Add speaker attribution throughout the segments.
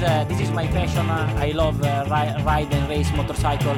Speaker 1: This is my passion. I love ride and race motorcycle.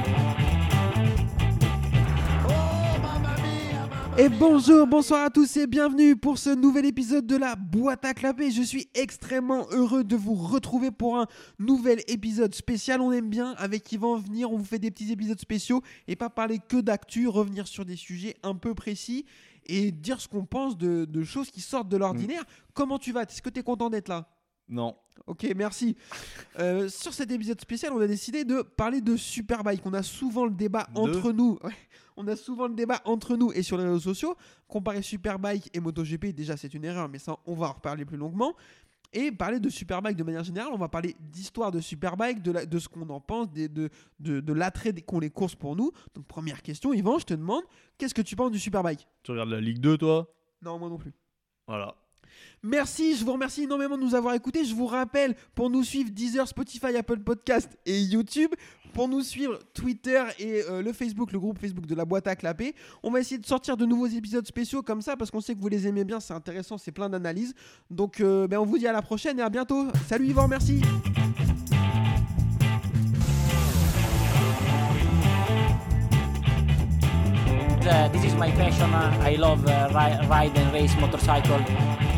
Speaker 2: Et bonjour, bonsoir à tous et bienvenue pour ce nouvel épisode de la boîte à clapper. Je suis extrêmement heureux de vous retrouver pour un nouvel épisode spécial. On aime bien avec Yvan venir, on vous fait des petits épisodes spéciaux et pas parler que d'actu, revenir sur des sujets un peu précis et dire ce qu'on pense de choses qui sortent de l'ordinaire. Comment tu vas ? Est-ce que tu es content d'être là ?
Speaker 3: Non.
Speaker 2: Ok, merci. Sur cet épisode spécial, on a décidé de parler de Superbike. On a souvent le débat entre nous. Ouais, on a souvent le débat entre nous et sur les réseaux sociaux. Comparer Superbike et MotoGP, déjà c'est une erreur, mais ça on va en reparler plus longuement. Et parler de Superbike de manière générale, on va parler d'histoire de Superbike, de ce qu'on en pense, de l'attrait qu'ont les courses pour nous. Donc première question, Yvan, je te demande, qu'est-ce que tu penses du Superbike ?
Speaker 3: Tu regardes la Ligue 2, toi ?
Speaker 2: Non, moi non plus.
Speaker 3: Voilà.
Speaker 2: Merci, je vous remercie énormément de nous avoir écoutés. Je vous rappelle, pour nous suivre, Deezer, Spotify, Apple Podcast et YouTube. Pour nous suivre, Twitter et le groupe Facebook de la boîte à clapper. On va essayer de sortir de nouveaux épisodes spéciaux comme ça parce qu'on sait que vous les aimez bien, c'est intéressant, c'est plein d'analyses. Donc on vous dit à la prochaine et à bientôt. Salut Yvan, merci.
Speaker 1: This is my passion. I love ride and race motorcycle.